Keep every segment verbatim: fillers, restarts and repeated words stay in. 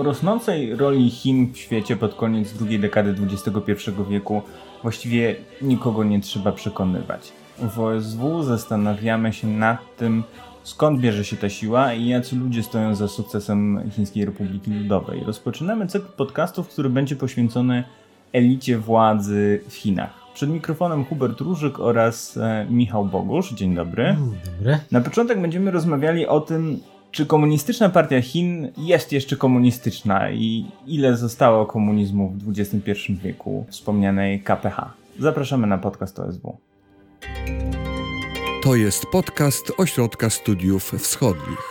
O rosnącej roli Chin w świecie pod koniec drugiej dekady dwudziestego pierwszego wieku właściwie nikogo nie trzeba przekonywać. W O S W zastanawiamy się nad tym, skąd bierze się ta siła i jacy ludzie stoją za sukcesem Chińskiej Republiki Ludowej. Rozpoczynamy cykl podcastów, który będzie poświęcony elicie władzy w Chinach. Przed mikrofonem Hubert Różyk oraz e, Michał Bogusz. Dzień dobry. Dzień dobry. Na początek będziemy rozmawiali o tym, czy komunistyczna partia Chin jest jeszcze komunistyczna i ile zostało komunizmu w dwudziestym pierwszym wieku wspomnianej K P H. Zapraszamy na podcast O S W. To jest podcast Ośrodka Studiów Wschodnich.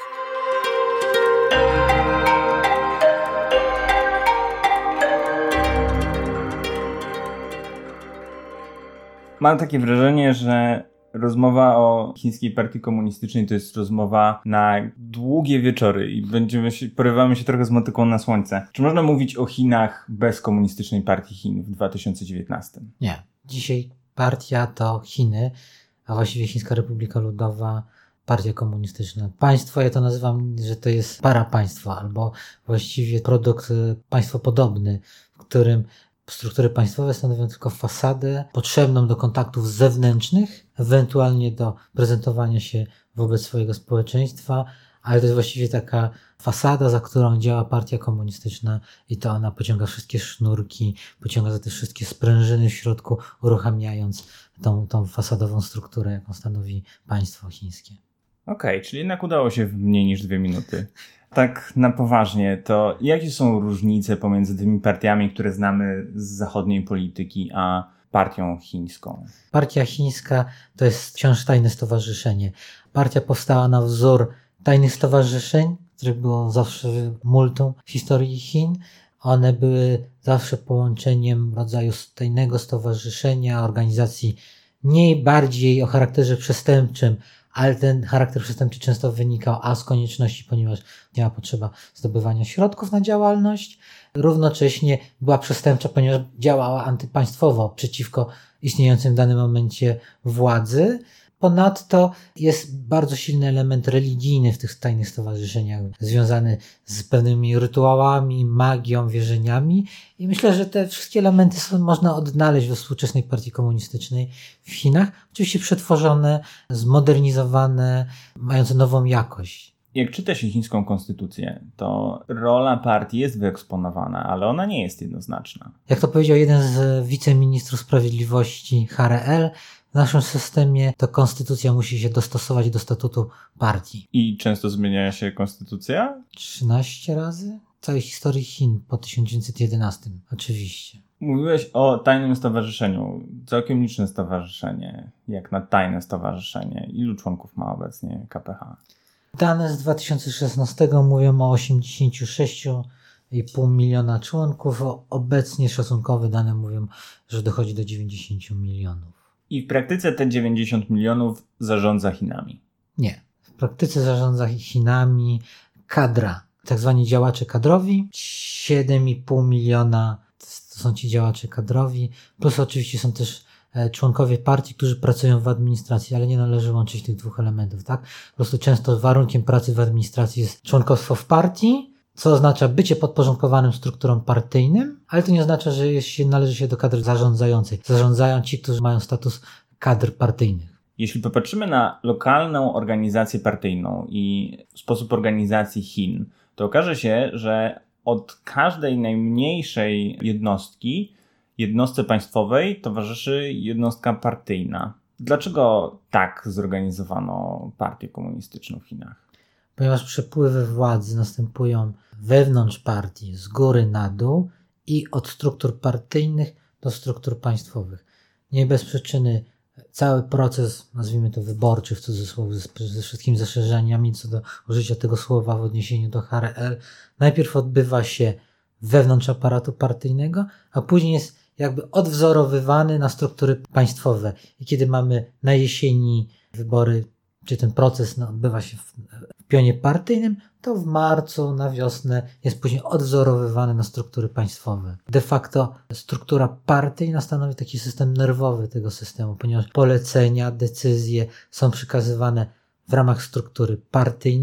Mam takie wrażenie, że rozmowa o Chińskiej Partii Komunistycznej to jest rozmowa na długie wieczory i będziemy się, porywamy się trochę z motyką na słońce. Czy można mówić o Chinach bez Komunistycznej Partii Chin w dwa tysiące dziewiętnastym? Nie. Dzisiaj partia to Chiny, a właściwie Chińska Republika Ludowa, partia komunistyczna. Państwo, ja to nazywam, że to jest parapaństwo, albo właściwie produkt państwo podobny, w którym struktury państwowe stanowią tylko fasadę potrzebną do kontaktów zewnętrznych, ewentualnie do prezentowania się wobec swojego społeczeństwa, ale to jest właściwie taka fasada, za którą działa partia komunistyczna i to ona pociąga wszystkie sznurki, pociąga za te wszystkie sprężyny w środku, uruchamiając tą, tą fasadową strukturę, jaką stanowi państwo chińskie. Okej, okay, czyli jednak udało się w mniej niż dwie minuty. Tak na poważnie, to jakie są różnice pomiędzy tymi partiami, które znamy z zachodniej polityki, a partią chińską? Partia chińska to jest wciąż tajne stowarzyszenie. Partia powstała na wzór tajnych stowarzyszeń, których było zawsze multum w historii Chin. One były zawsze połączeniem rodzaju tajnego stowarzyszenia, organizacji mniej bardziej o charakterze przestępczym, ale ten charakter przestępczy często wynikał a z konieczności, ponieważ miała potrzeba zdobywania środków na działalność, równocześnie była przestępcza, ponieważ działała antypaństwowo przeciwko istniejącym w danym momencie władzy. Ponadto jest bardzo silny element religijny w tych tajnych stowarzyszeniach, związany z pewnymi rytuałami, magią, wierzeniami i myślę, że te wszystkie elementy są, można odnaleźć we współczesnej partii komunistycznej w Chinach. Oczywiście przetworzone, zmodernizowane, mające nową jakość. Jak czyta się chińską konstytucję, to rola partii jest wyeksponowana, ale ona nie jest jednoznaczna. Jak to powiedział jeden z wiceministrów sprawiedliwości H R L, w naszym systemie to konstytucja musi się dostosować do statutu partii. I często zmienia się konstytucja? trzynaście razy? W całej historii Chin po tysiąc dziewięćset jedenastym, oczywiście. Mówiłeś o tajnym stowarzyszeniu. Całkiem liczne stowarzyszenie. Jak na tajne stowarzyszenie. Ilu członków ma obecnie K P H? Dane z dwa tysiące szesnastego mówią o osiemdziesiąt sześć i pół miliona członków. Obecnie szacunkowe dane mówią, że dochodzi do dziewięćdziesiąt milionów. I w praktyce te dziewięćdziesiąt milionów zarządza Chinami? Nie. W praktyce zarządza Chinami kadra, tak zwani działacze kadrowi. siedem i pół miliona to są ci działacze kadrowi. Plus oczywiście są też członkowie partii, którzy pracują w administracji, ale nie należy łączyć tych dwóch elementów, tak? Po prostu często warunkiem pracy w administracji jest członkostwo w partii, co oznacza bycie podporządkowanym strukturom partyjnym, ale to nie oznacza, że jest się, należy się do kadry zarządzającej. Zarządzają ci, którzy mają status kadr partyjnych. Jeśli popatrzymy na lokalną organizację partyjną i sposób organizacji Chin, to okaże się, że od każdej najmniejszej jednostki, jednostce państwowej towarzyszy jednostka partyjna. Dlaczego tak zorganizowano partię komunistyczną w Chinach? Ponieważ przepływy władzy następują wewnątrz partii, z góry na dół i od struktur partyjnych do struktur państwowych. Nie bez przyczyny cały proces, nazwijmy to wyborczy w cudzysłowie, ze wszystkimi zastrzeżeniami co do użycia tego słowa w odniesieniu do H R L, najpierw odbywa się wewnątrz aparatu partyjnego, a później jest jakby odwzorowywany na struktury państwowe. I kiedy mamy na jesieni wybory, czy ten proces no, odbywa się w, w pionie partyjnym, to w marcu na wiosnę jest później odwzorowywany na struktury państwowe. De facto struktura partyjna stanowi taki system nerwowy tego systemu, ponieważ polecenia, decyzje są przekazywane w ramach struktury partyjnej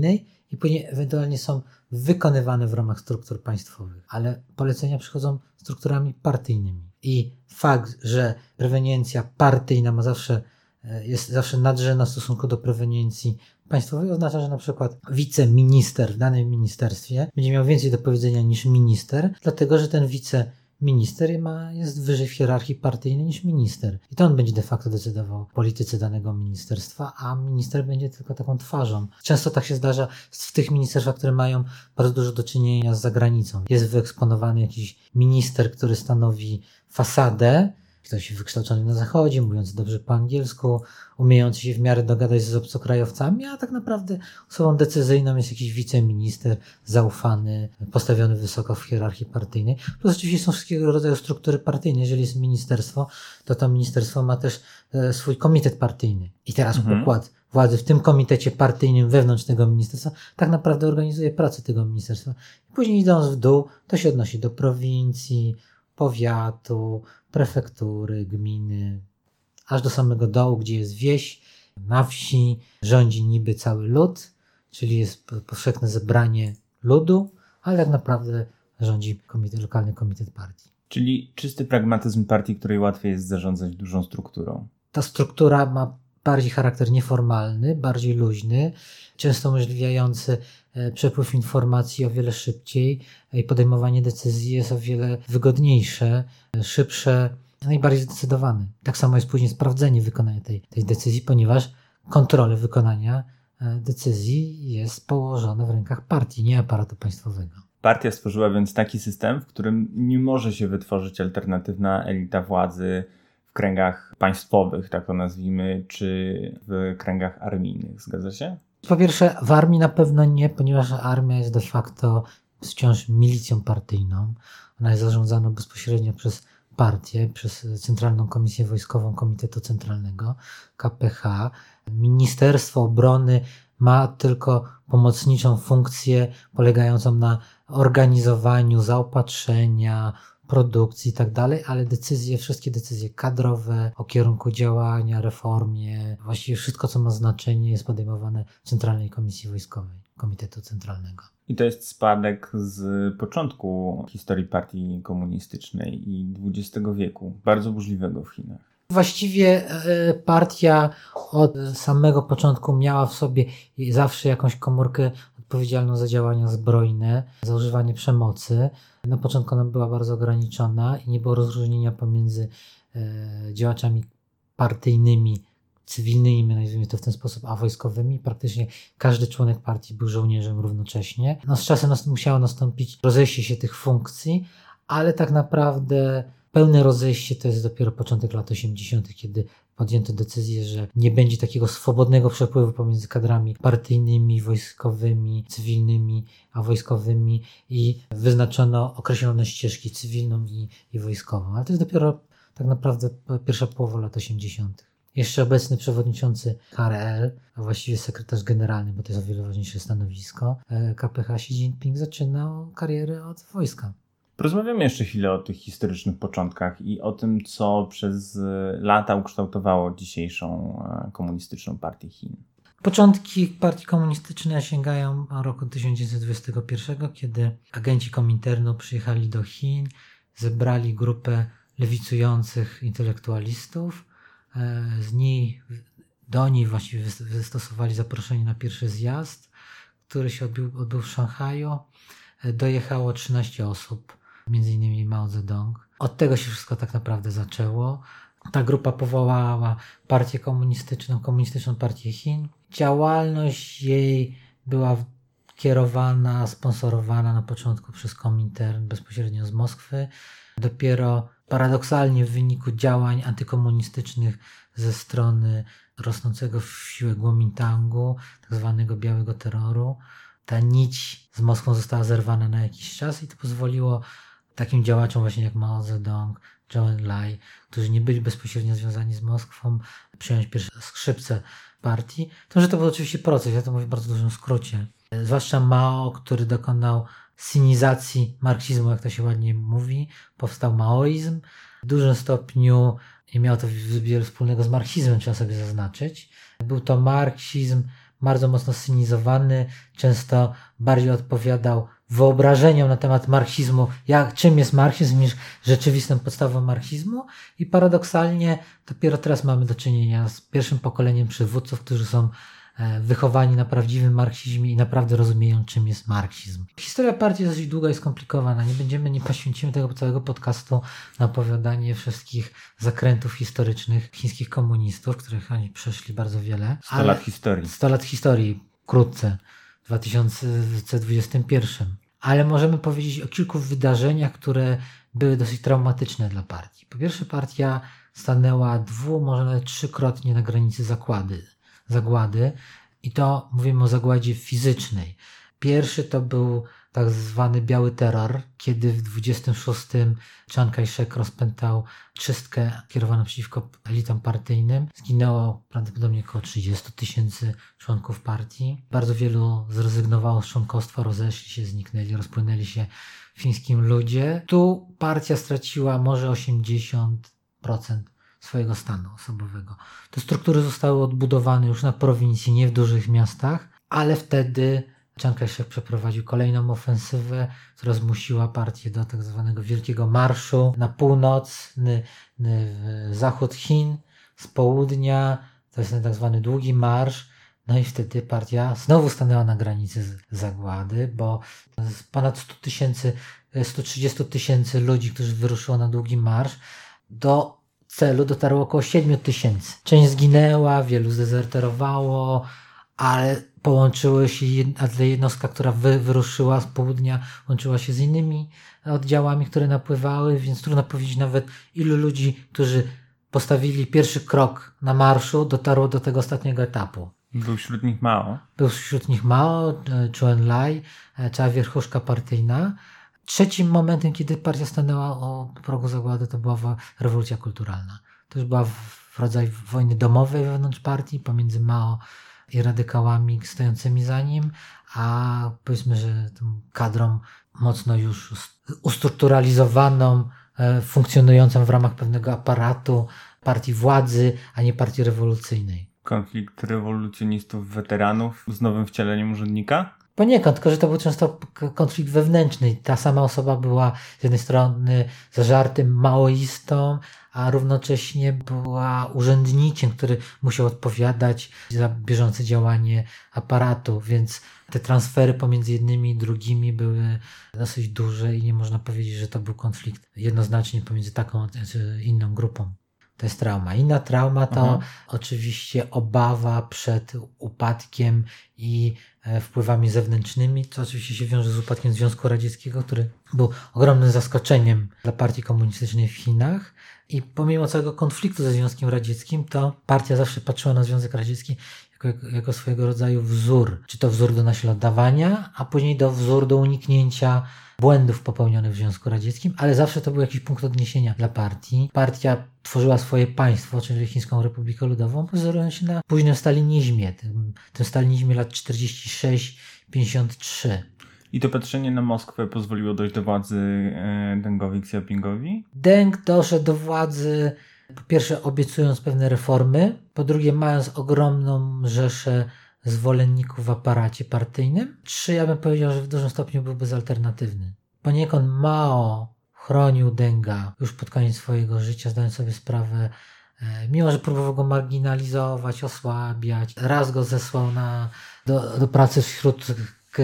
i później ewentualnie są wykonywane w ramach struktur państwowych, ale polecenia przychodzą strukturami partyjnymi. I fakt, że preweniencja partyjna ma zawsze, jest zawsze nadrzędna w stosunku do preweniencji państwowej, oznacza, że na przykład wiceminister w danym ministerstwie będzie miał więcej do powiedzenia niż minister, dlatego że ten wiceminister ma, jest wyżej w hierarchii partyjnej niż minister. I to on będzie de facto decydował o polityce danego ministerstwa, a minister będzie tylko taką twarzą. Często tak się zdarza w tych ministerstwach, które mają bardzo dużo do czynienia z zagranicą. Jest wyeksponowany jakiś minister, który stanowi fasadę, ktoś wykształcony na zachodzie, mówiący dobrze po angielsku, umiejący się w miarę dogadać z obcokrajowcami, a tak naprawdę osobą decyzyjną jest jakiś wiceminister, zaufany, postawiony wysoko w hierarchii partyjnej. Plus oczywiście są wszystkiego rodzaju struktury partyjne. Jeżeli jest ministerstwo, to to ministerstwo ma też e, swój komitet partyjny. I teraz mhm. układ władzy w tym komitecie partyjnym wewnątrz tego ministerstwa tak naprawdę organizuje pracę tego ministerstwa. I później idąc w dół, to się odnosi do prowincji, powiatu, prefektury, gminy, aż do samego dołu, gdzie jest wieś. Na wsi rządzi niby cały lud, czyli jest powszechne zebranie ludu, ale tak naprawdę rządzi komitet, lokalny komitet partii. Czyli czysty pragmatyzm partii, której łatwiej jest zarządzać dużą strukturą. Ta struktura ma bardziej charakter nieformalny, bardziej luźny, często umożliwiający przepływ informacji o wiele szybciej i podejmowanie decyzji jest o wiele wygodniejsze, szybsze, najbardziej zdecydowane. Tak samo jest później sprawdzenie wykonania tej, tej decyzji, ponieważ kontrolę wykonania decyzji jest położona w rękach partii, nie aparatu państwowego. Partia stworzyła więc taki system, w którym nie może się wytworzyć alternatywna elita władzy w kręgach państwowych, tak to nazwijmy, czy w kręgach armijnych. Zgadza się? Po pierwsze, w armii na pewno nie, ponieważ armia jest de facto wciąż milicją partyjną. Ona jest zarządzana bezpośrednio przez partię, przez Centralną Komisję Wojskową Komitetu Centralnego, K P H. Ministerstwo Obrony ma tylko pomocniczą funkcję polegającą na organizowaniu zaopatrzenia, produkcji i tak dalej, ale decyzje, wszystkie decyzje kadrowe o kierunku działania, reformie, właściwie wszystko, co ma znaczenie, jest podejmowane w Centralnej Komisji Wojskowej Komitetu Centralnego. I to jest spadek z początku historii partii komunistycznej i dwudziestego wieku, bardzo burzliwego w Chinach. Właściwie partia od samego początku miała w sobie zawsze jakąś komórkę odpowiedzialną za działania zbrojne, za używanie przemocy. Na początku ona była bardzo ograniczona i nie było rozróżnienia pomiędzy e, działaczami partyjnymi, cywilnymi, nazwijmy to w ten sposób, a wojskowymi. Praktycznie każdy członek partii był żołnierzem równocześnie. No, z czasem nas, musiało nastąpić rozejście się tych funkcji, ale tak naprawdę pełne rozejście to jest dopiero początek lat osiemdziesiątych, kiedy podjęto decyzję, że nie będzie takiego swobodnego przepływu pomiędzy kadrami partyjnymi, wojskowymi, cywilnymi, a wojskowymi i wyznaczono określone ścieżki cywilną i, i wojskową. Ale to jest dopiero tak naprawdę pierwsza połowa lat osiemdziesiątych. Jeszcze obecny przewodniczący K R L, a właściwie sekretarz generalny, bo to jest o wiele ważniejsze stanowisko, K P H Xi Jinping zaczynał karierę od wojska. Porozmawiamy jeszcze chwilę o tych historycznych początkach i o tym, co przez lata ukształtowało dzisiejszą komunistyczną partię Chin. Początki partii komunistycznej sięgają roku tysiąc dziewięćset dwudziestego pierwszego, kiedy agenci Kominternu przyjechali do Chin, zebrali grupę lewicujących intelektualistów. Z niej, do niej właściwie wystosowali zaproszenie na pierwszy zjazd, który się odbył, odbył w Szanghaju. Dojechało trzynaście osób, między innymi Mao Zedong. Od tego się wszystko tak naprawdę zaczęło. Ta grupa powołała partię komunistyczną, komunistyczną partię Chin. Działalność jej była kierowana, sponsorowana na początku przez Komintern bezpośrednio z Moskwy. Dopiero paradoksalnie w wyniku działań antykomunistycznych ze strony rosnącego w siłę Kuomintangu, tak zwanego białego terroru, ta nić z Moskwą została zerwana na jakiś czas i to pozwoliło takim działaczom właśnie jak Mao Zedong, Zhou Enlai, którzy nie byli bezpośrednio związani z Moskwą, przyjąć pierwsze skrzypce partii. To, że to był oczywiście proces, ja to mówię w bardzo dużym skrócie. Zwłaszcza Mao, który dokonał sinizacji marksizmu, jak to się ładnie mówi, powstał maoizm. W dużym stopniu i miał to wiele wspólnego z marksizmem, trzeba sobie zaznaczyć. Był to marksizm bardzo mocno synizowany, często bardziej odpowiadał wyobrażeniom na temat marksizmu, jak, czym jest marksizm, niż rzeczywistą podstawą marksizmu. I paradoksalnie dopiero teraz mamy do czynienia z pierwszym pokoleniem przywódców, którzy są wychowani na prawdziwym marksizmie i naprawdę rozumieją, czym jest marksizm. Historia partii jest dosyć długa i skomplikowana. Nie będziemy, nie poświęcimy tego całego podcastu na opowiadanie wszystkich zakrętów historycznych chińskich komunistów, których oni przeszli bardzo wiele. sto lat historii. sto lat historii, wkrótce, w dwa tysiące dwudziestym pierwszym. Ale możemy powiedzieć o kilku wydarzeniach, które były dosyć traumatyczne dla partii. Po pierwsze, partia stanęła dwu, może nawet trzykrotnie na granicy zagłady. zagłady i to mówimy o zagładzie fizycznej. Pierwszy to był tak zwany biały terror, kiedy w dwudziestym szóstym Chiang Kai-shek rozpętał czystkę kierowaną przeciwko elitom partyjnym. Zginęło prawdopodobnie około trzydziestu tysięcy członków partii. Bardzo wielu zrezygnowało z członkostwa, rozeszli się, zniknęli, rozpłynęli się w fińskim ludzie. Tu partia straciła może osiemdziesiąt procent swojego stanu osobowego. Te struktury zostały odbudowane już na prowincji, nie w dużych miastach, ale wtedy Chiang Kai-shek przeprowadził kolejną ofensywę, która zmusiła partię do tak zwanego wielkiego marszu na północ, n, n, w zachód Chin, z południa, to jest ten tak zwany długi marsz. No i wtedy partia znowu stanęła na granicy zagłady, bo z ponad stu tysięcy, stu trzydziestu tysięcy ludzi, którzy wyruszyło na długi marsz, do celu dotarło około siedmiu tysięcy. Część zginęła, wielu zdezerterowało, ale połączyły się, a ta jednostka, która wy, wyruszyła z południa, łączyła się z innymi oddziałami, które napływały, więc trudno powiedzieć nawet, ilu ludzi, którzy postawili pierwszy krok na marszu, dotarło do tego ostatniego etapu. Był wśród nich Mao. Był wśród nich Mao, Zhou Enlai, cała wierchuszka partyjna. Trzecim momentem, kiedy partia stanęła o progu zagłady, to była rewolucja kulturalna. To już była w rodzaju wojny domowej wewnątrz partii, pomiędzy Mao i radykałami stojącymi za nim, a powiedzmy, że tą kadrą mocno już ustrukturalizowaną, funkcjonującą w ramach pewnego aparatu partii władzy, a nie partii rewolucyjnej. Konflikt rewolucjonistów, weteranów z nowym wcieleniem urzędnika? Poniekąd, tylko że to był często konflikt wewnętrzny. Ta sama osoba była z jednej strony zażartym maoistą, a równocześnie była urzędnikiem, który musiał odpowiadać za bieżące działanie aparatu, więc te transfery pomiędzy jednymi i drugimi były dosyć duże i nie można powiedzieć, że to był konflikt jednoznacznie pomiędzy taką czy inną grupą. To jest trauma. Inna trauma to Aha. oczywiście obawa przed upadkiem i wpływami zewnętrznymi, co oczywiście się wiąże z upadkiem Związku Radzieckiego, który był ogromnym zaskoczeniem dla partii komunistycznej w Chinach. I pomimo całego konfliktu ze Związkiem Radzieckim, to partia zawsze patrzyła na Związek Radziecki jako, jako swojego rodzaju wzór. Czy to wzór do naśladowania, a później do wzór do uniknięcia błędów popełnionych w Związku Radzieckim, ale zawsze to był jakiś punkt odniesienia dla partii. Partia tworzyła swoje państwo, czyli Chińską Republikę Ludową, pozorując się na późnym stalinizmie, tym, tym stalinizmie lat czterdziesty szósty pięćdziesiąty trzeci. I to patrzenie na Moskwę pozwoliło dojść do władzy e, Dengowi Xiaopingowi? Deng doszedł do władzy, po pierwsze obiecując pewne reformy, po drugie mając ogromną rzeszę zwolenników w aparacie partyjnym. Trzy, ja bym powiedział, że w dużym stopniu był bezalternatywny. Poniekąd Mao chronił Denga już pod koniec swojego życia, zdając sobie sprawę, e, mimo że próbował go marginalizować, osłabiać. Raz go zesłał na, do, do pracy wśród k,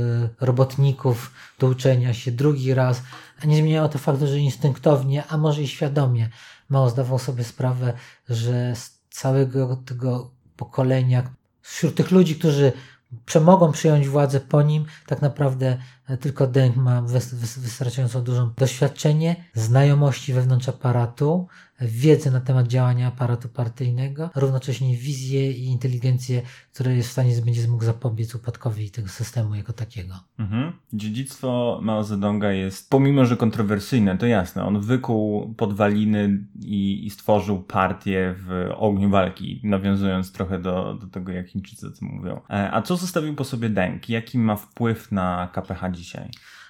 robotników, do uczenia się, drugi raz. A nie zmieniało to faktu, że instynktownie, a może i świadomie Mao zdawał sobie sprawę, że z całego tego pokolenia, wśród tych ludzi, którzy mogą przyjąć władzę po nim, tak naprawdę tylko Deng ma wystarczająco duże doświadczenie, znajomości wewnątrz aparatu, wiedzę na temat działania aparatu partyjnego, równocześnie wizję i inteligencję, która jest w stanie będzie mógł zapobiec upadkowi tego systemu jako takiego. Mhm. Dziedzictwo Mao Zedonga jest, pomimo że kontrowersyjne, to jasne, on wykuł podwaliny i, i stworzył partię w ogniu walki, nawiązując trochę do, do tego, jak Chińczycy o tym mówią. A co zostawił po sobie Deng? Jaki ma wpływ na K P H dzisiaj?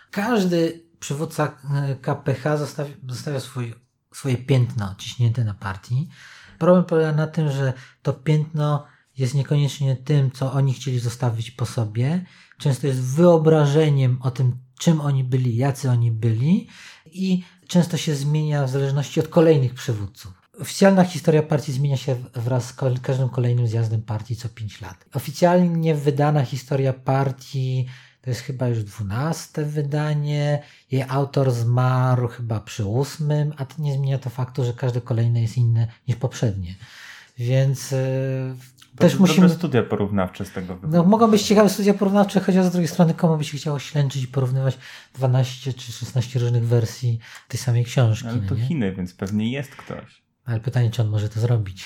Każdy przywódca K P H zostawia, zostawia swój, swoje piętno ciśnięte na partii. Problem polega na tym, że to piętno jest niekoniecznie tym, co oni chcieli zostawić po sobie. Często jest wyobrażeniem o tym, czym oni byli, jacy oni byli i często się zmienia w zależności od kolejnych przywódców. Oficjalna historia partii zmienia się wraz z każdym kolejnym zjazdem partii co pięć lat. Oficjalnie wydana historia partii to jest chyba już dwunaste wydanie. Jej autor zmarł chyba przy ósmym, a to nie zmienia to faktu, że każde kolejne jest inne niż poprzednie. Więc yy, też musimy... Dobre studia porównawcze z tego wychodzą. No, mogą być ciekawe studia porównawcze, chociaż z drugiej strony komu by się chciało ślęczyć i porównywać dwanaście czy szesnaście różnych wersji tej samej książki. Ale to no nie? Chiny, więc pewnie jest ktoś. Ale pytanie, czy on może to zrobić.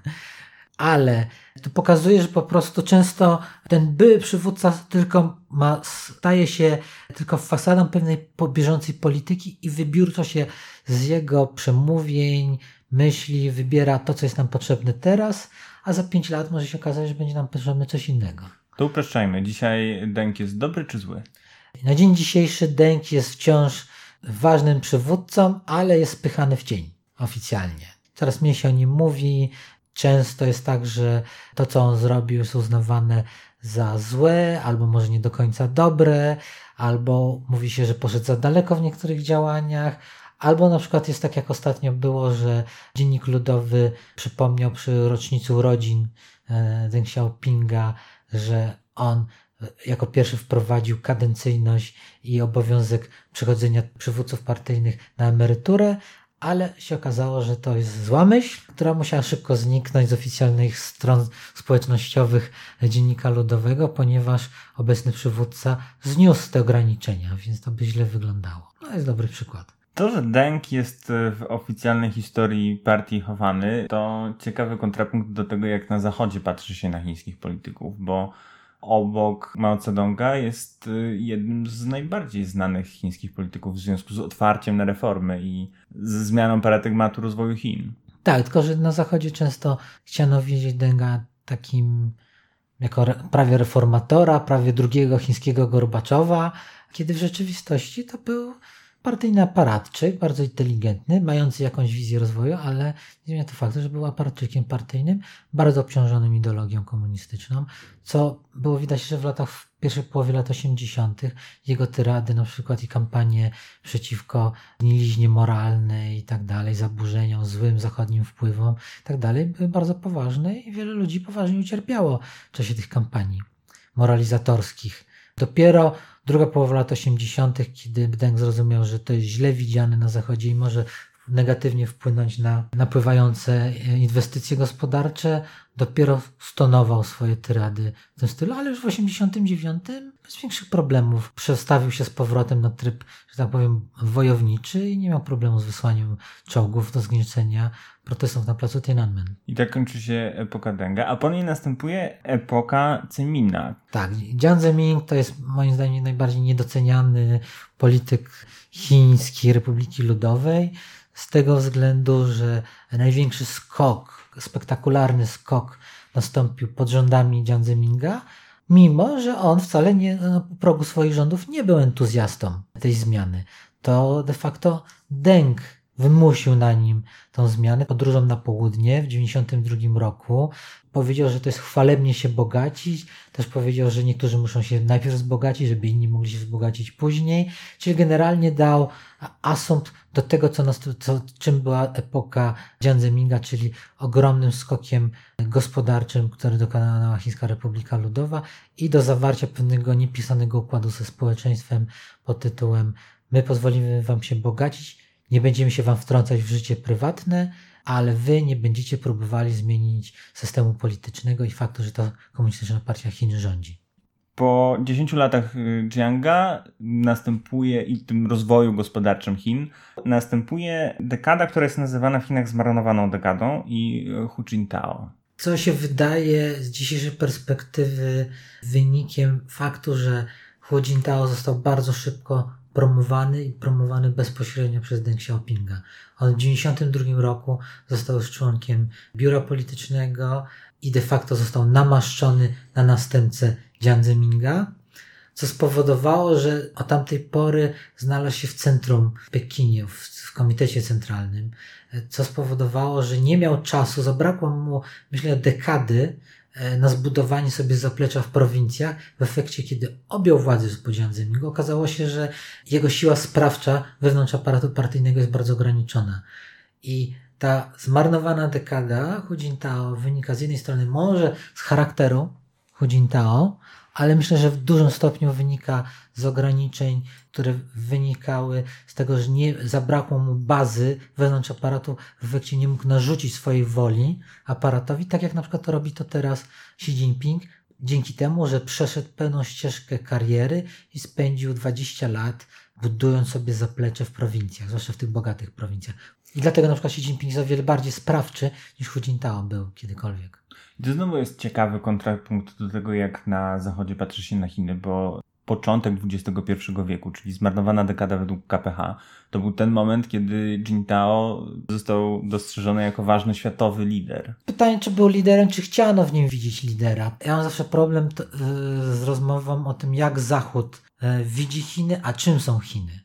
Ale to pokazuje, że po prostu często ten były przywódca tylko ma, staje się tylko fasadą pewnej bieżącej polityki i wybiórczo się z jego przemówień, myśli wybiera to, co jest nam potrzebne teraz, a za pięć lat może się okazać, że będzie nam potrzebne coś innego. To upraszczajmy. Dzisiaj Deng jest dobry czy zły? Na dzień dzisiejszy Deng jest wciąż ważnym przywódcą, ale jest spychany w cień oficjalnie. Coraz mniej się o nim mówi. Często jest tak, że to, co on zrobił, jest uznawane za złe, albo może nie do końca dobre, albo mówi się, że poszedł za daleko w niektórych działaniach, albo na przykład jest tak, jak ostatnio było, że Dziennik Ludowy przypomniał przy rocznicy urodzin Deng Xiaopinga, że on jako pierwszy wprowadził kadencyjność i obowiązek przechodzenia przywódców partyjnych na emeryturę, ale się okazało, że to jest zła myśl, która musiała szybko zniknąć z oficjalnych stron społecznościowych Dziennika Ludowego, ponieważ obecny przywódca zniósł te ograniczenia, więc to by źle wyglądało. No jest dobry przykład. To, że Deng jest w oficjalnej historii partii chowany, to ciekawy kontrapunkt do tego, jak na Zachodzie patrzy się na chińskich polityków, bo obok Mao Zedonga jest jednym z najbardziej znanych chińskich polityków w związku z otwarciem na reformy i ze zmianą paradygmatu rozwoju Chin. Tak, tylko że na Zachodzie często chciano widzieć Denga takim jako re, prawie reformatora, prawie drugiego chińskiego Gorbaczowa, kiedy w rzeczywistości to był partyjny aparatczyk, bardzo inteligentny, mający jakąś wizję rozwoju, ale nie zmienia to faktu, że był aparatczykiem partyjnym, bardzo obciążonym ideologią komunistyczną, co było widać, że w latach, w pierwszej połowie lat osiemdziesiątych jego tyrady na przykład i kampanie przeciwko nihiliźnie moralnej i tak dalej, zaburzeniom, złym zachodnim wpływom i tak dalej, były bardzo poważne i wiele ludzi poważnie ucierpiało w czasie tych kampanii moralizatorskich. Dopiero druga połowa lat osiemdziesiątych, kiedy Deng zrozumiał, że to jest źle widziane na Zachodzie i może negatywnie wpłynąć na napływające inwestycje gospodarcze, dopiero stonował swoje tyrady w tym stylu, ale już w osiemdziesiątym dziewiątym bez większych problemów przestawił się z powrotem na tryb, że tak powiem, wojowniczy i nie miał problemu z wysłaniem czołgów do zgniecenia protestów na placu Tiananmen. I tak kończy się epoka Denga, a po niej następuje epoka Zemina. Tak, Jiang Zemin to jest moim zdaniem najbardziej niedoceniany polityk chiński Republiki Ludowej, z tego względu, że największy skok, spektakularny skok nastąpił pod rządami Jiang Zeminga, mimo że on wcale nie, na progu swoich rządów nie był entuzjastą tej zmiany. To de facto Deng wymusił na nim tą zmianę podróżą na południe w dziewięćdziesiątym drugim roku. Powiedział, że to jest chwalebnie się bogacić. Też powiedział, że niektórzy muszą się najpierw wzbogacić, żeby inni mogli się wzbogacić później. Czyli generalnie dał asumpt do tego, co, nas, co czym była epoka Jiang Zeminga, czyli ogromnym skokiem gospodarczym, który dokonała Chińska Republika Ludowa i do zawarcia pewnego niepisanego układu ze społeczeństwem pod tytułem: my pozwolimy wam się bogacić, nie będziemy się wam wtrącać w życie prywatne, ale wy nie będziecie próbowali zmienić systemu politycznego i faktu, że to Komunistyczna Partia Chin rządzi. Po dziesięciu latach Jianga następuje i tym rozwoju gospodarczym Chin, następuje dekada, która jest nazywana w Chinach zmarnowaną dekadą i Hu Jintao. Co się wydaje z dzisiejszej perspektywy wynikiem faktu, że Hu Jintao został bardzo szybko promowany i promowany bezpośrednio przez Deng Xiaopinga. On w dziewięćdziesiątym drugim roku został już członkiem biura politycznego i de facto został namaszczony na następcę Jiang Zeminga, co spowodowało, że od tamtej pory znalazł się w centrum w Pekinie, w, w komitecie centralnym, co spowodowało, że nie miał czasu, zabrakło mu, myślę, dekady, na zbudowanie sobie zaplecza w prowincjach. W efekcie, kiedy objął władzę z podziałem Zemingą, okazało się, że jego siła sprawcza wewnątrz aparatu partyjnego jest bardzo ograniczona. I ta zmarnowana dekada Hu Jintao wynika z jednej strony może z charakteru Hu Jintao, ale myślę, że w dużym stopniu wynika z ograniczeń, które wynikały z tego, że nie zabrakło mu bazy wewnątrz aparatu, w efekcie nie mógł narzucić swojej woli aparatowi, tak jak na przykład to robi to teraz Xi Jinping, dzięki temu, że przeszedł pełną ścieżkę kariery i spędził dwadzieścia lat budując sobie zaplecze w prowincjach, zwłaszcza w tych bogatych prowincjach. I dlatego na przykład Xi Jinping jest o wiele bardziej sprawczy niż Hu Jintao był kiedykolwiek. To znowu jest ciekawy kontrapunkt do tego, jak na Zachodzie patrzy się na Chiny, bo początek dwudziestego pierwszego wieku, czyli zmarnowana dekada według K P H, to był ten moment, kiedy Jintao został dostrzeżony jako ważny światowy lider. Pytanie, czy był liderem, czy chciano w nim widzieć lidera. Ja mam zawsze problem to, yy, z rozmową o tym, jak Zachód yy, widzi Chiny, a czym są Chiny.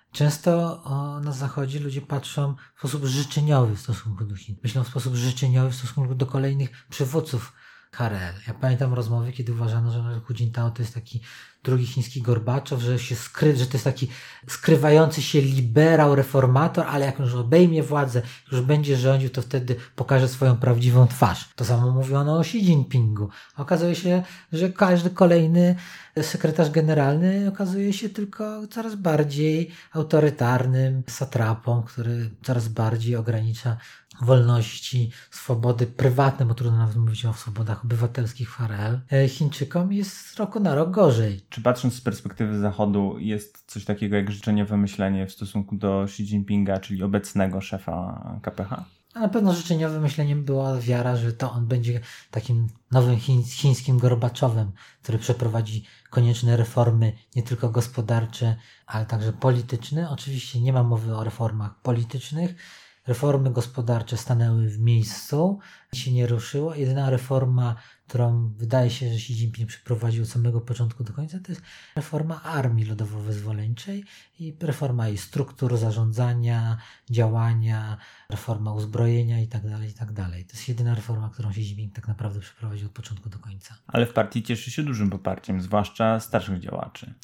Często o, na Zachodzie ludzie patrzą w sposób życzeniowy w stosunku do Chin. Myślą w sposób życzeniowy w stosunku do kolejnych przywódców H R L. Ja pamiętam rozmowy, kiedy uważano, że Hu Jintao to jest taki drugi chiński Gorbaczow, że się skry, że to jest taki skrywający się liberał, reformator, ale jak już obejmie władzę, już będzie rządził, to wtedy pokaże swoją prawdziwą twarz. To samo mówiono o Xi Jinpingu. Okazuje się, że każdy kolejny sekretarz generalny okazuje się tylko coraz bardziej autorytarnym satrapą, który coraz bardziej ogranicza wolności, swobody prywatne, bo trudno nawet mówić o swobodach obywatelskich w H R L. Chińczykom jest z roku na rok gorzej. Czy patrząc z perspektywy Zachodu jest coś takiego jak życzeniowe myślenie w stosunku do Xi Jinpinga, czyli obecnego szefa K P H? A na pewno życzeniowym myśleniem była wiara, że to on będzie takim nowym chiń, chińskim Gorbaczowem, który przeprowadzi konieczne reformy nie tylko gospodarcze, ale także polityczne. Oczywiście nie ma mowy o reformach politycznych. Reformy gospodarcze stanęły w miejscu, się nie ruszyło. Jedyna reforma, którą wydaje się, że Xi Jinping przeprowadził od samego początku do końca, to jest reforma Armii Ludowo-Wyzwoleńczej i reforma jej struktur zarządzania, działania, reforma uzbrojenia itd., itd. To jest jedyna reforma, którą Xi Jinping tak naprawdę przeprowadził od początku do końca. Ale w partii cieszy się dużym poparciem, zwłaszcza starszych działaczy.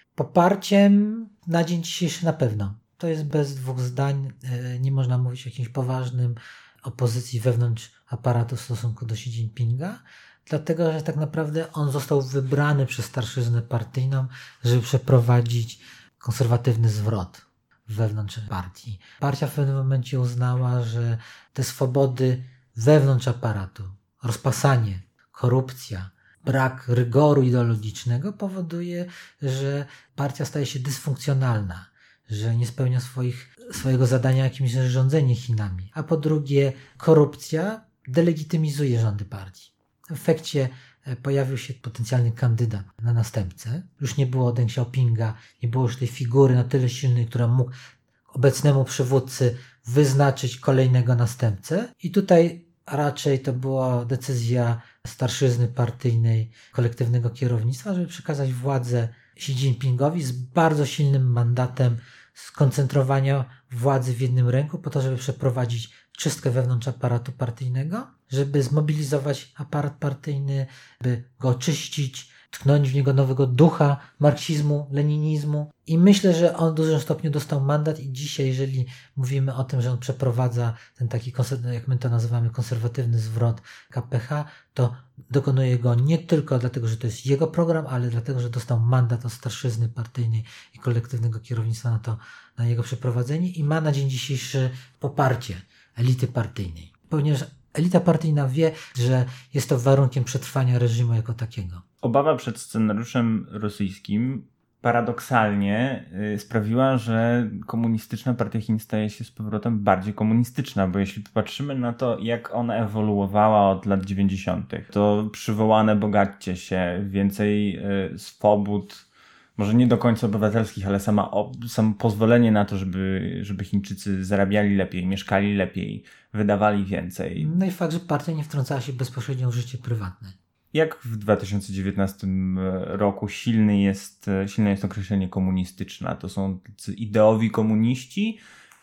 Poparciem na dzień dzisiejszy na pewno. To jest bez dwóch zdań. Nie można mówić o jakimś poważnym opozycji wewnątrz aparatu w stosunku do Xi Jinpinga, dlatego że tak naprawdę on został wybrany przez starszyznę partyjną, żeby przeprowadzić konserwatywny zwrot wewnątrz partii. Partia w pewnym momencie uznała, że te swobody wewnątrz aparatu, rozpasanie, korupcja, brak rygoru ideologicznego powoduje, że partia staje się dysfunkcjonalna, że nie spełnia swoich, swojego zadania jakimś rządzenie Chinami. A po drugie, korupcja delegitymizuje rządy partii. W efekcie pojawił się potencjalny kandydat na następcę. Już nie było Deng Xiaopinga, nie było już tej figury na tyle silnej, która mógł obecnemu przywódcy wyznaczyć kolejnego następcę. I tutaj raczej to była decyzja starszyzny partyjnej, kolektywnego kierownictwa, żeby przekazać władzę Xi Jinpingowi z bardzo silnym mandatem skoncentrowania władzy w jednym ręku po to, żeby przeprowadzić czystkę wewnątrz aparatu partyjnego, żeby zmobilizować aparat partyjny, by go oczyścić, tknąć w niego nowego ducha marksizmu, leninizmu. I myślę, że on w dużym stopniu dostał mandat i dzisiaj, jeżeli mówimy o tym, że on przeprowadza ten taki, jak my to nazywamy, konserwatywny zwrot K P H, to dokonuje go nie tylko dlatego, że to jest jego program, ale dlatego, że dostał mandat od starszyzny partyjnej i kolektywnego kierownictwa na to, na jego przeprowadzenie i ma na dzień dzisiejszy poparcie elity partyjnej. Ponieważ elita partyjna wie, że jest to warunkiem przetrwania reżimu jako takiego. Obawa przed scenariuszem rosyjskim paradoksalnie y, sprawiła, że komunistyczna partia Chin staje się z powrotem bardziej komunistyczna, bo jeśli popatrzymy na to, jak ona ewoluowała od lat dziewięćdziesiątych, to przywołane bogacie się, więcej y, swobód, może nie do końca obywatelskich, ale sama, o, samo pozwolenie na to, żeby, żeby Chińczycy zarabiali lepiej, mieszkali lepiej, wydawali więcej. No i fakt, że partia nie wtrącała się bezpośrednio w życie prywatne. Jak w dwa tysiące dziewiętnastym roku silny jest, silne jest określenie komunistyczna? To są ideowi komuniści?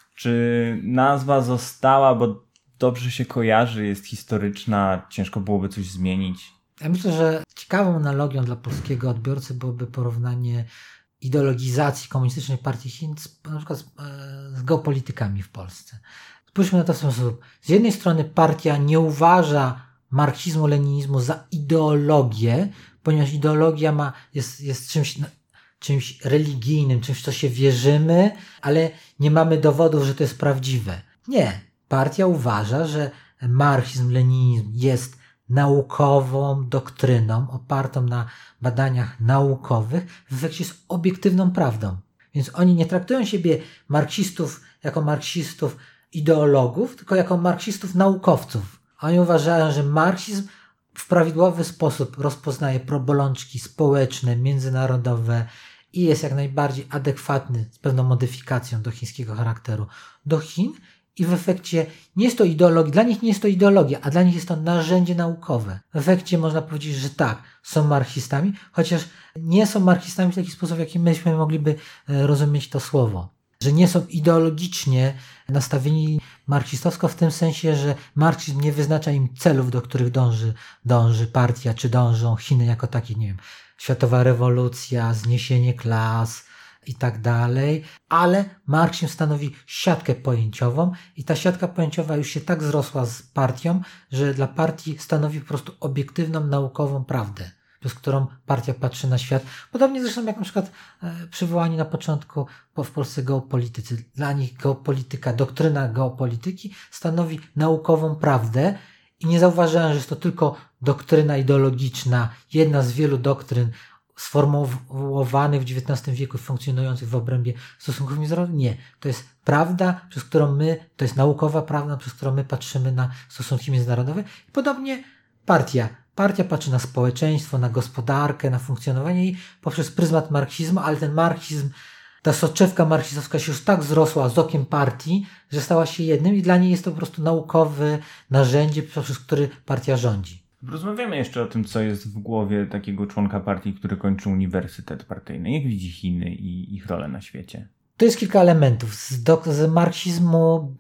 Czy nazwa została, bo dobrze się kojarzy, jest historyczna, ciężko byłoby coś zmienić? Ja myślę, że ciekawą analogią dla polskiego odbiorcy byłoby porównanie ideologizacji komunistycznej partii Chin z, na przykład z, z geopolitykami w Polsce. Spójrzmy na to w ten sposób. Z jednej strony partia nie uważa marksizmu, leninizmu za ideologię, ponieważ ideologia ma, jest, jest czymś, czymś religijnym, czymś, w co się wierzymy, ale nie mamy dowodów, że to jest prawdziwe. Nie. Partia uważa, że marksizm, leninizm jest naukową doktryną opartą na badaniach naukowych, w efekcie jest obiektywną prawdą. Więc oni nie traktują siebie marksistów jako marksistów ideologów, tylko jako marksistów naukowców. Oni uważają, że marksizm w prawidłowy sposób rozpoznaje bolączki społeczne, międzynarodowe i jest jak najbardziej adekwatny z pewną modyfikacją do chińskiego charakteru do Chin i w efekcie nie jest to ideologia, dla nich nie jest to ideologia, a dla nich jest to narzędzie naukowe. W efekcie można powiedzieć, że tak, są marksistami, chociaż nie są marksistami w taki sposób, w jaki myśmy mogliby rozumieć to słowo. Że nie są ideologicznie nastawieni marksistowsko w tym sensie, że marksizm nie wyznacza im celów, do których dąży, dąży partia, czy dążą Chiny jako takie, nie wiem, światowa rewolucja, zniesienie klas i tak dalej, ale marksizm stanowi siatkę pojęciową i ta siatka pojęciowa już się tak zrosła z partią, że dla partii stanowi po prostu obiektywną, naukową prawdę, przez którą partia patrzy na świat. Podobnie zresztą jak na przykład e, przywołani na początku po, w Polsce geopolitycy. Dla nich geopolityka, doktryna geopolityki stanowi naukową prawdę i nie zauważają, że jest to tylko doktryna ideologiczna, jedna z wielu doktryn sformułowanych w dziewiętnastym wieku, funkcjonujących w obrębie stosunków międzynarodowych. Nie. To jest prawda, przez którą my, to jest naukowa prawda, przez którą my patrzymy na stosunki międzynarodowe. I podobnie partia. Partia patrzy na społeczeństwo, na gospodarkę, na funkcjonowanie i poprzez pryzmat marksizmu, ale ten marksizm, ta soczewka marksistowska się już tak zrosła z okiem partii, że stała się jednym i dla niej jest to po prostu naukowe narzędzie, poprzez które partia rządzi. Rozmawiamy jeszcze o tym, co jest w głowie takiego członka partii, który kończy uniwersytet partyjny. Jak widzi Chiny i ich rolę na świecie? To jest kilka elementów. Z, do, z marksizmu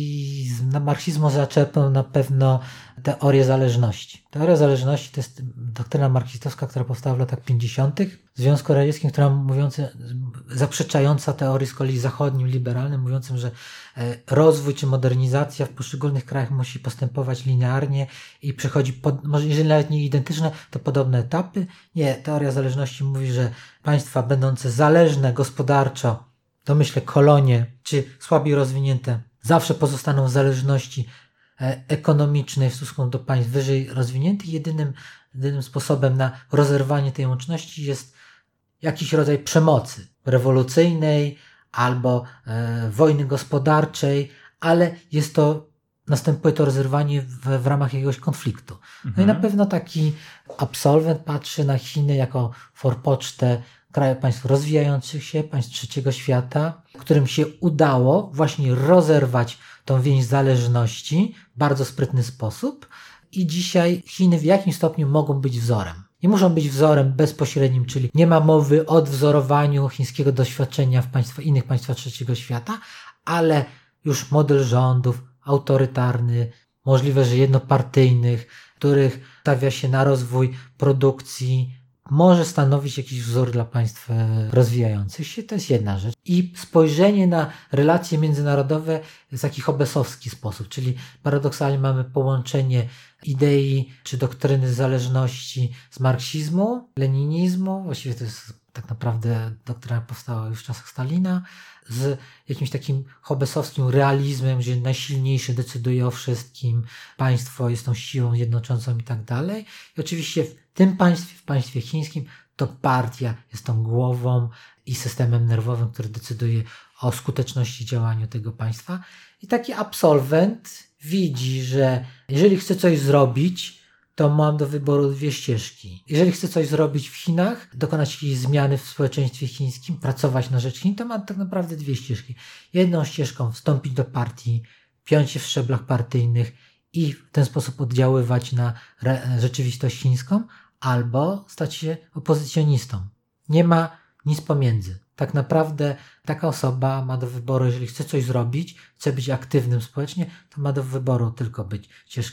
i z marksizmu zaczerpną na pewno teorię zależności. Teoria zależności to jest doktryna marksistowska, która powstała w latach pięćdziesiątych w Związku Radzieckim, która mówiąca, zaprzeczająca teorii z kolei zachodnim, liberalnym, mówiącym, że rozwój czy modernizacja w poszczególnych krajach musi postępować linearnie i przechodzi, pod, może jeżeli nawet nie identyczne, to podobne etapy. Nie, teoria zależności mówi, że państwa będące zależne gospodarczo, to myślę kolonie, czy słabiej rozwinięte, zawsze pozostaną w zależności ekonomicznej w stosunku do państw wyżej rozwiniętych. Jedynym, jedynym sposobem na rozerwanie tej łączności jest jakiś rodzaj przemocy rewolucyjnej albo e, wojny gospodarczej, ale jest to, następuje to rozerwanie w, w ramach jakiegoś konfliktu. No mhm. i na pewno taki absolwent patrzy na Chiny jako forpocztę krajów, państw rozwijających się, państw trzeciego świata, którym się udało właśnie rozerwać tą więź zależności w bardzo sprytny sposób i dzisiaj Chiny w jakimś stopniu mogą być wzorem. Nie muszą być wzorem bezpośrednim, czyli nie ma mowy o odwzorowaniu chińskiego doświadczenia w państwa, innych państwach trzeciego świata, ale już model rządów autorytarny, możliwe, że jednopartyjnych, których stawia się na rozwój produkcji, może stanowić jakiś wzór dla państw rozwijających się. To jest jedna rzecz. I spojrzenie na relacje międzynarodowe w taki hobbesowski sposób, czyli paradoksalnie mamy połączenie idei czy doktryny zależności z marksizmu, leninizmu, właściwie to jest tak naprawdę doktryna powstała już w czasach Stalina, z jakimś takim hobbesowskim realizmem, że najsilniejszy decyduje o wszystkim, państwo jest tą siłą jednoczącą i tak dalej. I oczywiście w tym państwie, w państwie chińskim, to partia jest tą głową i systemem nerwowym, który decyduje o skuteczności działania tego państwa. I taki absolwent widzi, że jeżeli chce coś zrobić, to mam do wyboru dwie ścieżki. Jeżeli chcę coś zrobić w Chinach, dokonać jakiejś zmiany w społeczeństwie chińskim, pracować na rzecz Chin, to mam tak naprawdę dwie ścieżki. Jedną ścieżką wstąpić do partii, piąć się w szczeblach partyjnych i w ten sposób oddziaływać na re- rzeczywistość chińską, albo stać się opozycjonistą. Nie ma nic pomiędzy. Tak naprawdę taka osoba ma do wyboru, jeżeli chce coś zrobić, chce być aktywnym społecznie, to ma do wyboru tylko być ścieżkę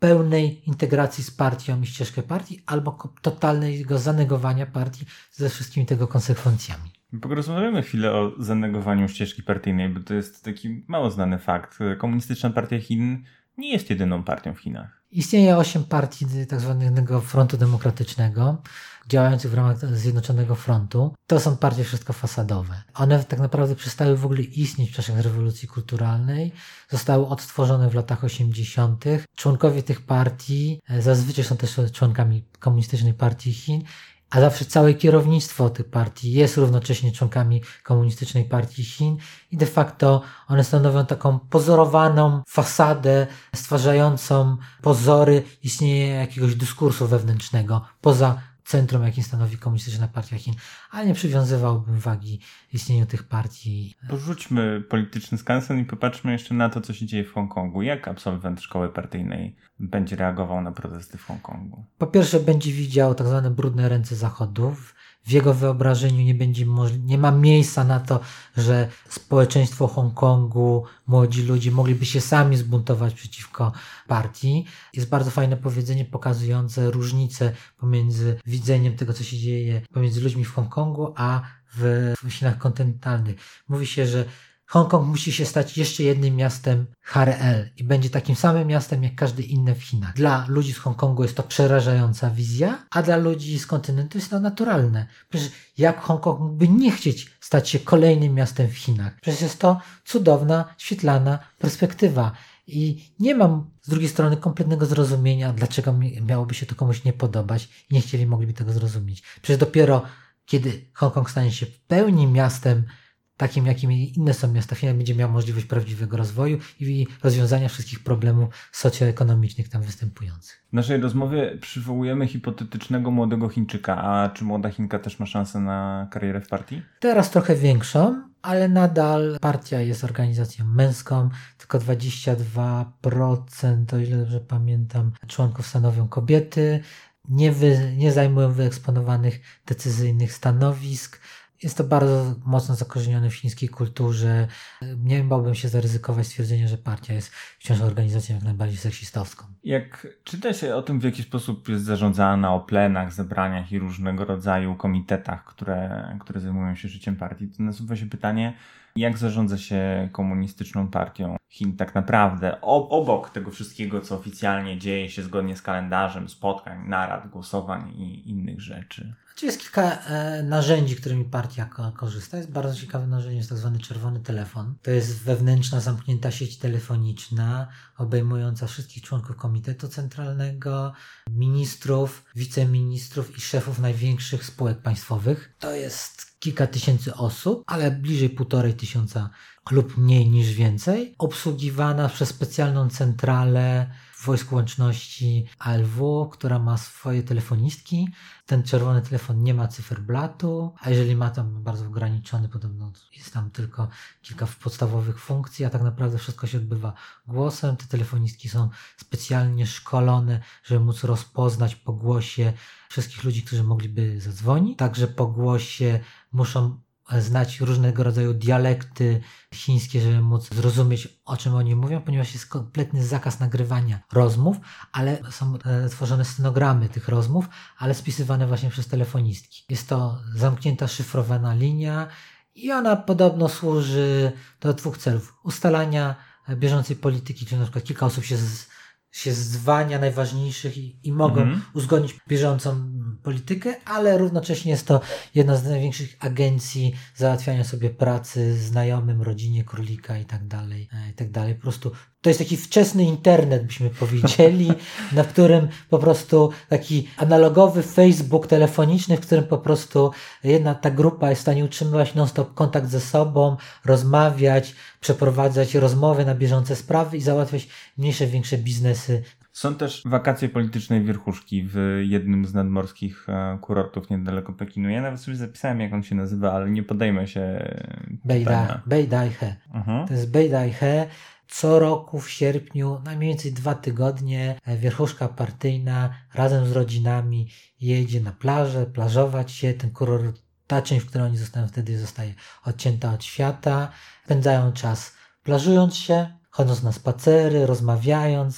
pełnej integracji z partią i ścieżkę partii, albo totalnego zanegowania partii ze wszystkimi tego konsekwencjami. Porozmawiamy chwilę o zanegowaniu ścieżki partyjnej, bo to jest taki mało znany fakt. Komunistyczna Partia Chin nie jest jedyną partią w Chinach. Istnieje osiem partii tak zwanego Frontu Demokratycznego, działających w ramach Zjednoczonego Frontu. To są partie wszystko fasadowe. One tak naprawdę przestały w ogóle istnieć w czasach rewolucji kulturalnej. Zostały odtworzone w latach osiemdziesiątych. Członkowie tych partii zazwyczaj są też członkami Komunistycznej Partii Chin, a zawsze całe kierownictwo tych partii jest równocześnie członkami Komunistycznej Partii Chin i de facto one stanowią taką pozorowaną fasadę stwarzającą pozory istnienia jakiegoś dyskursu wewnętrznego poza centrum, jakim stanowi Komunistyczna Partia Chin, ale nie przywiązywałbym wagi istnieniu tych partii. Porzućmy polityczny skansen i popatrzmy jeszcze na to, co się dzieje w Hongkongu. Jak absolwent szkoły partyjnej będzie reagował na protesty w Hongkongu? Po pierwsze będzie widział tak zwane brudne ręce Zachodu. W jego wyobrażeniu nie będzie możli- nie ma miejsca na to, że społeczeństwo Hongkongu, młodzi ludzie mogliby się sami zbuntować przeciwko partii. Jest bardzo fajne powiedzenie pokazujące różnicę pomiędzy widzeniem tego, co się dzieje pomiędzy ludźmi w Hongkongu, a w, w Chinach kontynentalnych. Mówi się, że Hongkong musi się stać jeszcze jednym miastem H R L i będzie takim samym miastem jak każdy inny w Chinach. Dla ludzi z Hongkongu jest to przerażająca wizja, a dla ludzi z kontynentu jest to naturalne. Przecież jak Hongkong mógłby nie chcieć stać się kolejnym miastem w Chinach? Przecież jest to cudowna, świetlana perspektywa. I nie mam z drugiej strony kompletnego zrozumienia, dlaczego miałoby się to komuś nie podobać i nie chcieli, mogliby tego zrozumieć. Przecież dopiero kiedy Hongkong stanie się w pełni miastem takim, jakim inne są miasta w Chinach, będzie miał możliwość prawdziwego rozwoju i rozwiązania wszystkich problemów socjoekonomicznych tam występujących. W naszej rozmowie przywołujemy hipotetycznego młodego Chińczyka, a czy młoda Chinka też ma szansę na karierę w partii? Teraz trochę większą, ale nadal partia jest organizacją męską, tylko dwadzieścia dwa procent, o ile dobrze pamiętam, członków stanowią kobiety, nie, wy, nie zajmują wyeksponowanych decyzyjnych stanowisk. Jest to bardzo mocno zakorzenione w chińskiej kulturze. Nie bałbym się zaryzykować stwierdzenia, że partia jest wciąż organizacją jak najbardziej seksistowską. Jak czyta się o tym, w jaki sposób jest zarządzana, o plenach, zebraniach i różnego rodzaju komitetach, które, które zajmują się życiem partii, to nasuwa się pytanie, jak zarządza się komunistyczną partią Chin tak naprawdę, o, obok tego wszystkiego, co oficjalnie dzieje się zgodnie z kalendarzem spotkań, narad, głosowań i innych rzeczy. Znaczy jest kilka e, narzędzi, którymi partia ko- korzysta. Jest bardzo ciekawe narzędzie, jest tak zwany czerwony telefon. To jest wewnętrzna, zamknięta sieć telefoniczna, obejmująca wszystkich członków Komitetu Centralnego, ministrów, wiceministrów i szefów największych spółek państwowych. To jest kilka tysięcy osób, ale bliżej półtorej tysiąca lub mniej niż więcej. Obsługiwana przez specjalną centralę w Wojsku Łączności A L W, która ma swoje telefonistki. Ten czerwony telefon nie ma cyferblatu, a jeżeli ma, to bardzo ograniczony, podobno jest tam tylko kilka podstawowych funkcji, a tak naprawdę wszystko się odbywa głosem. Te telefonistki są specjalnie szkolone, żeby móc rozpoznać po głosie wszystkich ludzi, którzy mogliby zadzwonić. Także po głosie muszą znać różnego rodzaju dialekty chińskie, żeby móc zrozumieć, o czym oni mówią, ponieważ jest kompletny zakaz nagrywania rozmów, ale są e, tworzone stenogramy tych rozmów, ale spisywane właśnie przez telefonistki. Jest to zamknięta, szyfrowana linia i ona podobno służy do dwóch celów. Ustalania bieżącej polityki, czyli na przykład kilka osób się z, się zwania najważniejszych i, i mogą mhm. uzgodnić bieżącą politykę, ale równocześnie jest to jedna z największych agencji załatwiania sobie pracy znajomym, rodzinie, królika i tak dalej, i tak dalej. Po prostu to jest taki wczesny internet, byśmy powiedzieli, na którym po prostu taki analogowy Facebook telefoniczny, w którym po prostu jedna ta grupa jest w stanie utrzymywać non-stop kontakt ze sobą, rozmawiać, przeprowadzać rozmowy na bieżące sprawy i załatwiać mniejsze, większe biznesy. Są też wakacje politycznej wierchuszki w jednym z nadmorskich kurortów niedaleko Pekinu. Ja nawet sobie zapisałem, jak on się nazywa, ale nie podejmę się pytania. Beidaihe. Mhm. To jest Beidaihe. Co roku w sierpniu, na mniej więcej dwa tygodnie, wierchuszka partyjna razem z rodzinami jedzie na plażę, plażować się. Ten kurort, ta część, w której oni zostają wtedy, zostaje odcięta od świata. Spędzają czas plażując się, chodząc na spacery, rozmawiając,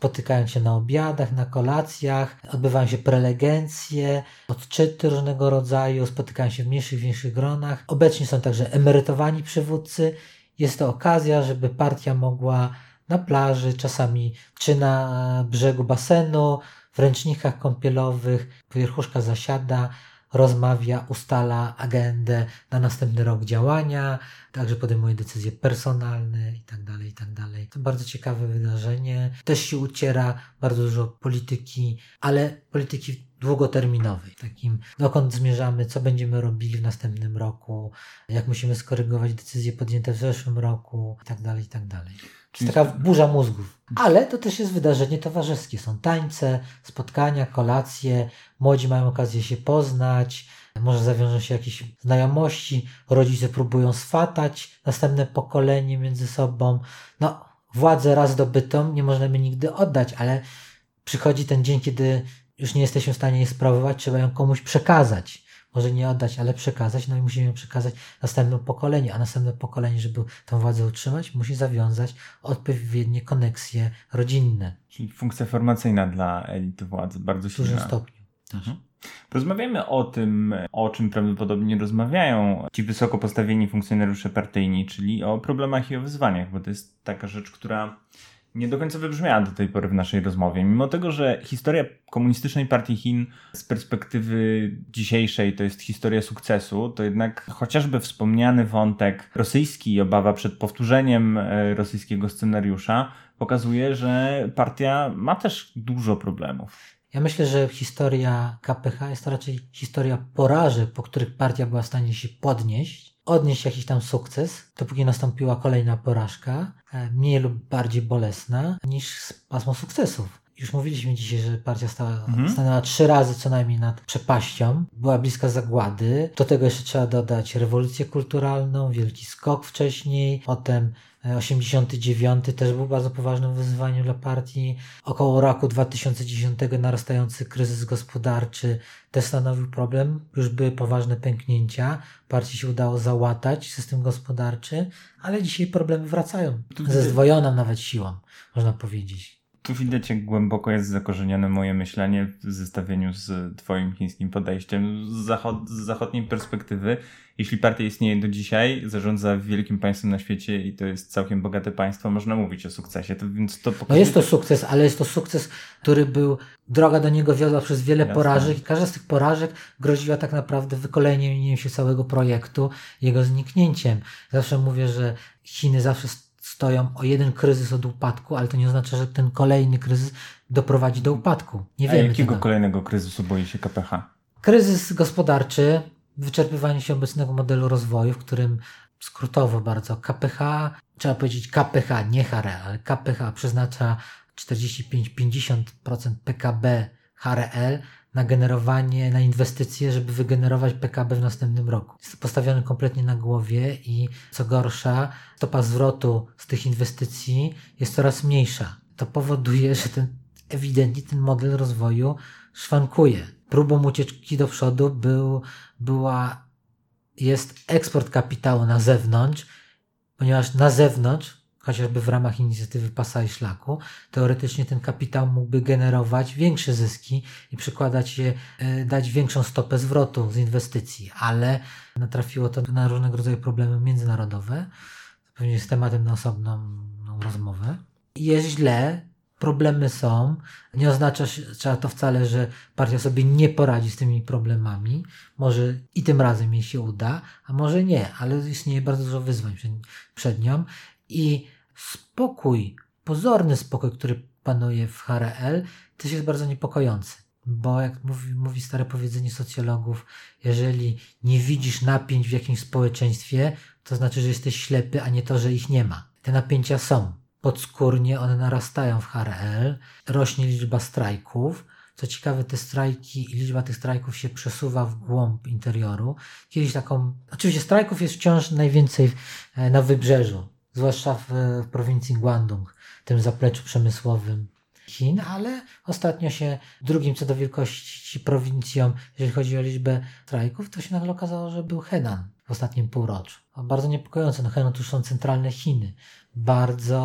spotykają się na obiadach, na kolacjach, odbywają się prelegencje, odczyty różnego rodzaju, spotykają się w mniejszych, większych gronach. Obecnie są także emerytowani przywódcy. Jest to okazja, żeby partia mogła na plaży, czasami czy na brzegu basenu, w ręcznikach kąpielowych, wierchuszka zasiada, rozmawia, ustala agendę na następny rok działania, także podejmuje decyzje personalne i tak dalej, i tak dalej. To bardzo ciekawe wydarzenie. Też się uciera bardzo dużo polityki, ale polityki długoterminowej. Takim, dokąd zmierzamy, co będziemy robili w następnym roku, jak musimy skorygować decyzje podjęte w zeszłym roku i tak dalej, i tak dalej. To jest taka burza mózgów. Ale to też jest wydarzenie towarzyskie. Są tańce, spotkania, kolacje, młodzi mają okazję się poznać, może zawiążą się jakieś znajomości, rodzice próbują swatać następne pokolenie między sobą. No, władzę raz zdobytą nie możemy nigdy oddać, ale przychodzi ten dzień, kiedy już nie jesteśmy w stanie jej sprawować, trzeba ją komuś przekazać. Może nie oddać, ale przekazać, no i musimy ją przekazać następnemu pokoleniu, a następne pokolenie, żeby tę władzę utrzymać, musi zawiązać odpowiednie koneksje rodzinne. Czyli funkcja formacyjna dla elity władzy, bardzo silna. W dużym stopniu. Mhm. Porozmawiamy o tym, o czym prawdopodobnie rozmawiają ci wysoko postawieni funkcjonariusze partyjni, czyli o problemach i o wyzwaniach, bo to jest taka rzecz, która nie do końca wybrzmiała do tej pory w naszej rozmowie. Mimo tego, że historia komunistycznej partii Chin z perspektywy dzisiejszej to jest historia sukcesu, to jednak chociażby wspomniany wątek rosyjski i obawa przed powtórzeniem rosyjskiego scenariusza pokazuje, że partia ma też dużo problemów. Ja myślę, że historia K P H jest to raczej historia porażek, po których partia była w stanie się podnieść, odnieść jakiś tam sukces, dopóki nastąpiła kolejna porażka, mniej lub bardziej bolesna, niż pasmo sukcesów. Już mówiliśmy dzisiaj, że partia stała, mhm. stanęła trzy razy co najmniej nad przepaścią, była bliska zagłady. Do tego jeszcze trzeba dodać rewolucję kulturalną, wielki skok wcześniej, potem osiemdziesiąty dziewiąty też był bardzo poważnym wyzwaniem dla partii. Około roku dwa tysiące dziesiątego narastający kryzys gospodarczy też stanowił problem. Już były poważne pęknięcia. Partii się udało załatać system gospodarczy, ale dzisiaj problemy wracają. Ze zdwojoną nawet siłą, można powiedzieć. Tu widać, jak głęboko jest zakorzenione moje myślenie w zestawieniu z twoim chińskim podejściem. Z, zachod- z zachodniej perspektywy, jeśli partia istnieje do dzisiaj, zarządza wielkim państwem na świecie i to jest całkiem bogate państwo, można mówić o sukcesie. To, więc to pokazuje... No jest to sukces, ale jest to sukces, który był, droga do niego wiodła przez wiele Jasne. porażek i każda z tych porażek groziła tak naprawdę wykoleniem się całego projektu, jego zniknięciem. Zawsze mówię, że Chiny zawsze stoją o jeden kryzys od upadku, ale to nie oznacza, że ten kolejny kryzys doprowadzi do upadku. Nie A wiemy jakiego tego. kolejnego kryzysu boi się K P H? Kryzys gospodarczy, wyczerpywanie się obecnego modelu rozwoju, w którym skrótowo bardzo K P H, trzeba powiedzieć K P H, nie H R E, ale K P H przeznacza czterdzieści pięć do pięćdziesięciu procent P K B H R L na generowanie, na inwestycje, żeby wygenerować P K B w następnym roku. Jest to postawione kompletnie na głowie i co gorsza, stopa zwrotu z tych inwestycji jest coraz mniejsza. To powoduje, że ten ewidentnie ten model rozwoju szwankuje. Próbą ucieczki do przodu był, była, jest eksport kapitału na zewnątrz, ponieważ na zewnątrz, chociażby w ramach inicjatywy Pasa i Szlaku, teoretycznie ten kapitał mógłby generować większe zyski i przykładać je, dać większą stopę zwrotu z inwestycji, ale natrafiło to na różnego rodzaju problemy międzynarodowe. To pewnie jest tematem na osobną no, rozmowę. Jest źle, problemy są. Nie oznacza trzeba to wcale, że partia sobie nie poradzi z tymi problemami. Może i tym razem jej się uda, a może nie, ale istnieje bardzo dużo wyzwań przed, przed nią. I spokój, pozorny spokój, który panuje w H R L, też jest bardzo niepokojący. Bo jak mówi, mówi stare powiedzenie socjologów, jeżeli nie widzisz napięć w jakimś społeczeństwie, to znaczy, że jesteś ślepy, a nie to, że ich nie ma. Te napięcia są. Podskórnie one narastają w H R L, rośnie liczba strajków. Co ciekawe, te strajki i liczba tych strajków się przesuwa w głąb interioru. Kiedyś taką... Oczywiście strajków jest wciąż najwięcej na wybrzeżu, zwłaszcza w, w prowincji Guangdong, tym zapleczu przemysłowym Chin, ale ostatnio się drugim co do wielkości prowincją, jeżeli chodzi o liczbę strajków, to się nagle okazało, że był Henan w ostatnim półroczu. Bardzo niepokojące. No Henan to już są centralne Chiny. Bardzo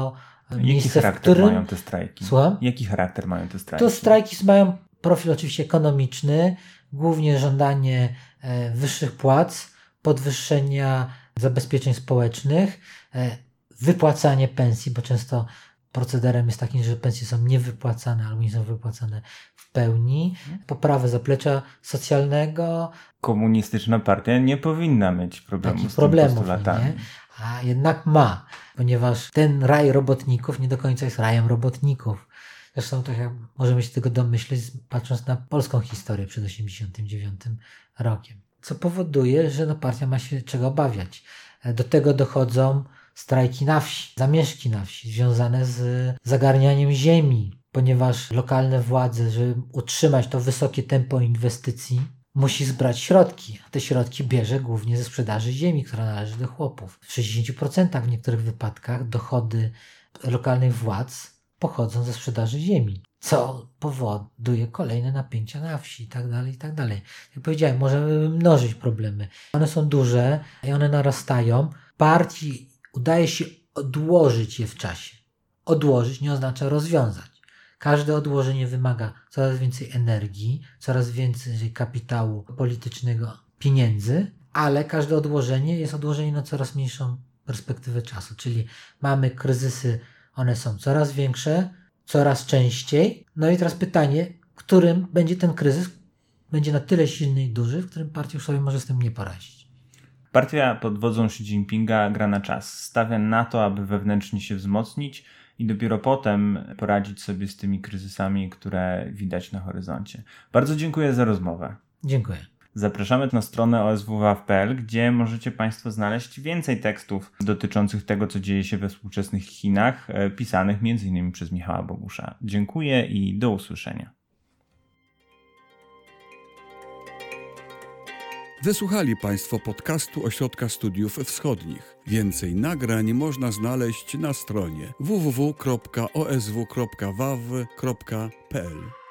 miejsce, Jaki charakter w którym... mają te strajki? Słucham? Jaki charakter mają te strajki? To strajki mają profil oczywiście ekonomiczny, głównie żądanie e, wyższych płac, podwyższenia zabezpieczeń społecznych, e, wypłacanie pensji, bo często procederem jest taki, że pensje są niewypłacane albo nie są wypłacane w pełni, poprawę zaplecza socjalnego. Komunistyczna partia nie powinna mieć problemu Takich z problemów, tymi postulatami. nie? A jednak ma, ponieważ ten raj robotników nie do końca jest rajem robotników. Zresztą tak jak możemy się tego domyśleć, patrząc na polską historię przed osiemdziesiątym dziewiątym rokiem. Co powoduje, że no partia ma się czego obawiać. Do tego dochodzą strajki na wsi, zamieszki na wsi, związane z zagarnianiem ziemi, ponieważ lokalne władze, żeby utrzymać to wysokie tempo inwestycji, musi zbrać środki. Te środki bierze głównie ze sprzedaży ziemi, która należy do chłopów. W sześćdziesięciu procentach w niektórych wypadkach dochody lokalnych władz pochodzą ze sprzedaży ziemi, co powoduje kolejne napięcia na wsi i tak dalej, i tak dalej. Jak powiedziałem, możemy mnożyć problemy. One są duże i one narastają. Partii udaje się odłożyć je w czasie. Odłożyć nie oznacza rozwiązać. Każde odłożenie wymaga coraz więcej energii, coraz więcej kapitału politycznego, pieniędzy, ale każde odłożenie jest odłożeniem na coraz mniejszą perspektywę czasu. Czyli mamy kryzysy, one są coraz większe, coraz częściej. No i teraz pytanie, którym będzie ten kryzys, będzie na tyle silny i duży, w którym partia już sobie może z tym nie poradzić. Partia pod wodzą Xi Jinpinga gra na czas. Stawia na to, aby wewnętrznie się wzmocnić i dopiero potem poradzić sobie z tymi kryzysami, które widać na horyzoncie. Bardzo dziękuję za rozmowę. Dziękuję. Zapraszamy na stronę o s w w a kropka p l, gdzie możecie Państwo znaleźć więcej tekstów dotyczących tego, co dzieje się we współczesnych Chinach, pisanych między innymi przez Michała Bogusza. Dziękuję i do usłyszenia. Wysłuchali Państwo podcastu Ośrodka Studiów Wschodnich. Więcej nagrań można znaleźć na stronie w w w kropka o s w kropka w a w kropka p l.